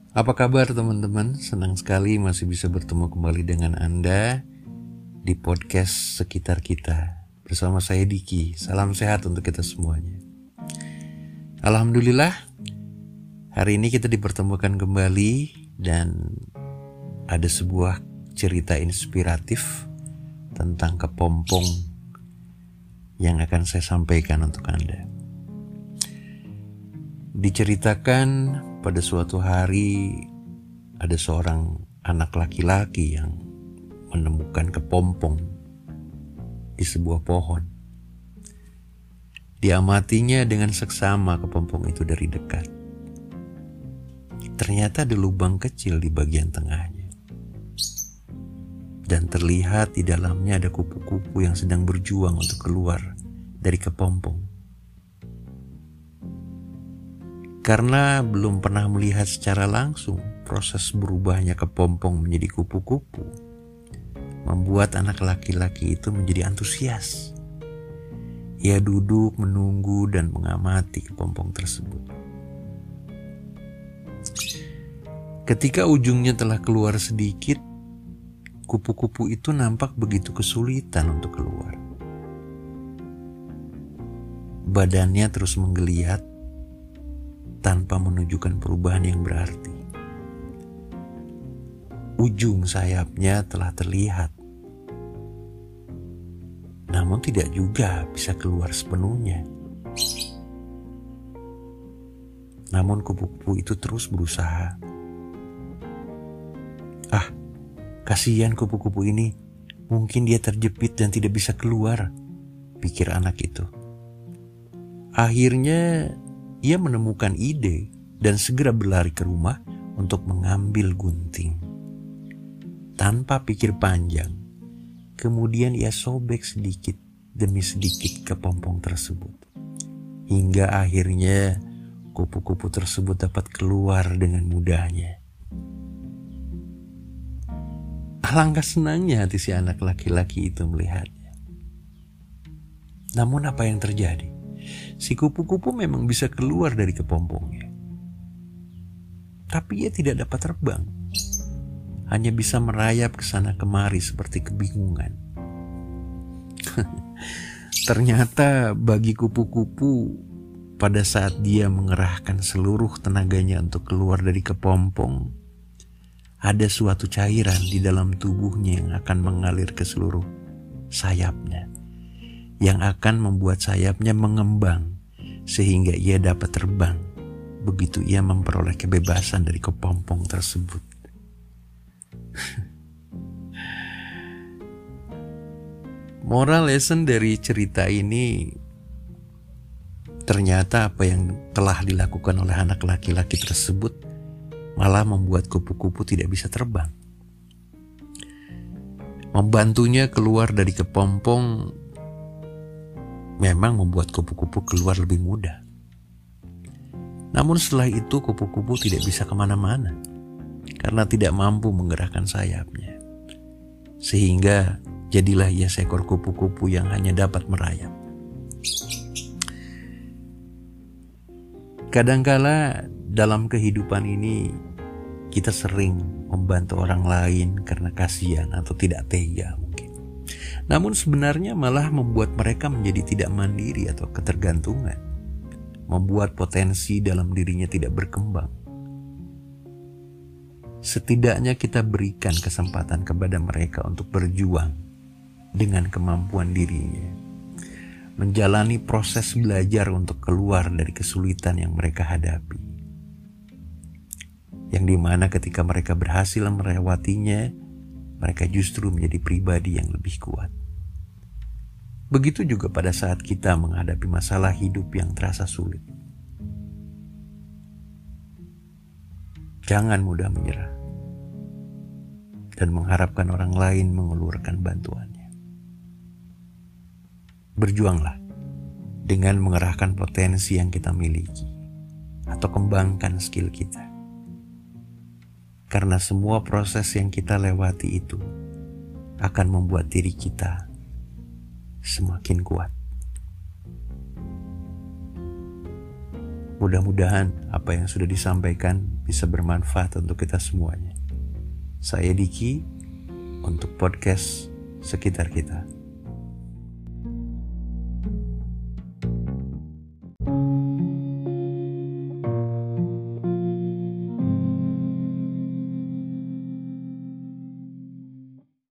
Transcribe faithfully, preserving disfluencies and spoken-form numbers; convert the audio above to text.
Apa kabar teman-teman? Senang sekali masih bisa bertemu kembali dengan Anda di podcast Sekitar Kita. Bersama saya Diki, salam sehat untuk kita semuanya. Alhamdulillah, hari ini kita dipertemukan kembali dan ada sebuah cerita inspiratif tentang kepompong yang akan saya sampaikan untuk Anda. Diceritakan pada suatu hari ada seorang anak laki-laki yang menemukan kepompong di sebuah pohon. Diamatinya dengan seksama kepompong itu dari dekat. Ternyata ada lubang kecil di bagian tengahnya. Dan terlihat di dalamnya ada kupu-kupu yang sedang berjuang untuk keluar dari kepompong. Karena belum pernah melihat secara langsung proses berubahnya kepompong menjadi kupu-kupu, membuat anak laki-laki itu menjadi antusias. Ia duduk menunggu dan mengamati kepompong tersebut. Ketika ujungnya telah keluar sedikit, kupu-kupu itu nampak begitu kesulitan untuk keluar. Badannya terus menggeliat tanpa menunjukkan perubahan yang berarti. Ujung sayapnya telah terlihat, namun tidak juga bisa keluar sepenuhnya. Namun kupu-kupu itu terus berusaha. Ah, kasihan kupu-kupu ini, mungkin dia terjepit dan tidak bisa keluar, pikir anak itu. Akhirnya ia menemukan ide dan segera berlari ke rumah untuk mengambil gunting. Tanpa pikir panjang, kemudian ia sobek sedikit demi sedikit kepompong tersebut. Hingga akhirnya kupu-kupu tersebut dapat keluar dengan mudahnya. Alangkah senangnya hati si anak laki-laki itu melihatnya. Namun apa yang terjadi? Si kupu-kupu memang bisa keluar dari kepompongnya. Tapi ia tidak dapat terbang. Hanya bisa merayap ke sana kemari seperti kebingungan. Ternyata bagi kupu-kupu, pada saat dia mengerahkan seluruh tenaganya untuk keluar dari kepompong, ada suatu cairan di dalam tubuhnya yang akan mengalir ke seluruh sayapnya, yang akan membuat sayapnya mengembang sehingga ia dapat terbang begitu ia memperoleh kebebasan dari kepompong tersebut. Moral lesson dari cerita ini, ternyata apa yang telah dilakukan oleh anak laki-laki tersebut malah membuat kupu-kupu tidak bisa terbang. Membantunya keluar dari kepompong memang membuat kupu-kupu keluar lebih mudah. Namun setelah itu kupu-kupu tidak bisa kemana-mana karena tidak mampu menggerakkan sayapnya. Sehingga jadilah ia seekor kupu-kupu yang hanya dapat merayap. Kadangkala dalam kehidupan ini kita sering membantu orang lain karena kasihan atau tidak tega mungkin. Namun sebenarnya malah membuat mereka menjadi tidak mandiri atau ketergantungan. Membuat potensi dalam dirinya tidak berkembang. Setidaknya kita berikan kesempatan kepada mereka untuk berjuang dengan kemampuan dirinya. Menjalani proses belajar untuk keluar dari kesulitan yang mereka hadapi. Yang dimana ketika mereka berhasil melewatinya, mereka justru menjadi pribadi yang lebih kuat. Begitu juga pada saat kita menghadapi masalah hidup yang terasa sulit. Jangan mudah menyerah dan mengharapkan orang lain mengulurkan bantuannya. Berjuanglah dengan mengerahkan potensi yang kita miliki atau kembangkan skill kita. Karena semua proses yang kita lewati itu akan membuat diri kita semakin kuat. Mudah-mudahan apa yang sudah disampaikan bisa bermanfaat untuk kita semuanya. Saya Diki untuk podcast Sekitar Kita.